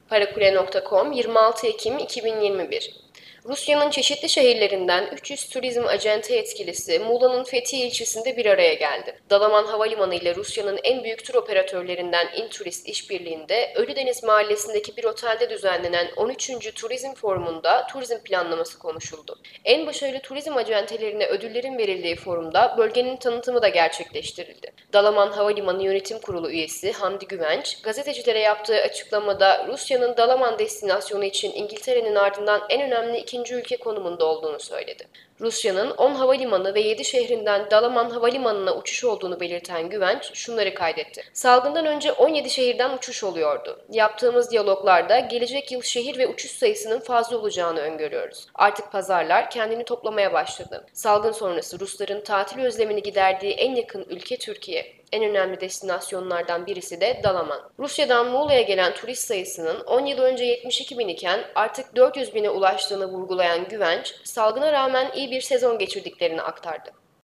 Parakule.com 26 Ekim 2021. Rusya'nın çeşitli şehirlerinden 300 turizm acente yetkilisi Muğla'nın Fethiye ilçesinde bir araya geldi. Dalaman Havalimanı ile Rusya'nın en büyük tur operatörlerinden Inturist işbirliğinde Ölüdeniz Mahallesi'ndeki bir otelde düzenlenen 13. Turizm Forumu'nda turizm planlaması konuşuldu. En başarılı turizm acentelerine ödüllerin verildiği forumda bölgenin tanıtımı da gerçekleştirildi. Dalaman Havalimanı Yönetim Kurulu üyesi Hamdi Güvenç, gazetecilere yaptığı açıklamada Rusya'nın Dalaman destinasyonu için İngiltere'nin ardından en önemli ikinci ülke konumunda olduğunu söyledi. Rusya'nın 10 havalimanı ve 7 şehrinden Dalaman Havalimanı'na uçuş olduğunu belirten Güvenç şunları kaydetti. Salgından önce 17 şehirden uçuş oluyordu. Yaptığımız diyaloglarda gelecek yıl şehir ve uçuş sayısının fazla olacağını öngörüyoruz. Artık pazarlar kendini toplamaya başladı. Salgın sonrası Rusların tatil özlemini giderdiği en yakın ülke Türkiye. En önemli destinasyonlardan birisi de Dalaman. Rusya'dan Muğla'ya gelen turist sayısının 10 yıl önce 72 bin iken artık 400 bine ulaştığını vurgulayan Güvenç, salgına rağmen iyi bir sezon geçirdiklerini aktardı.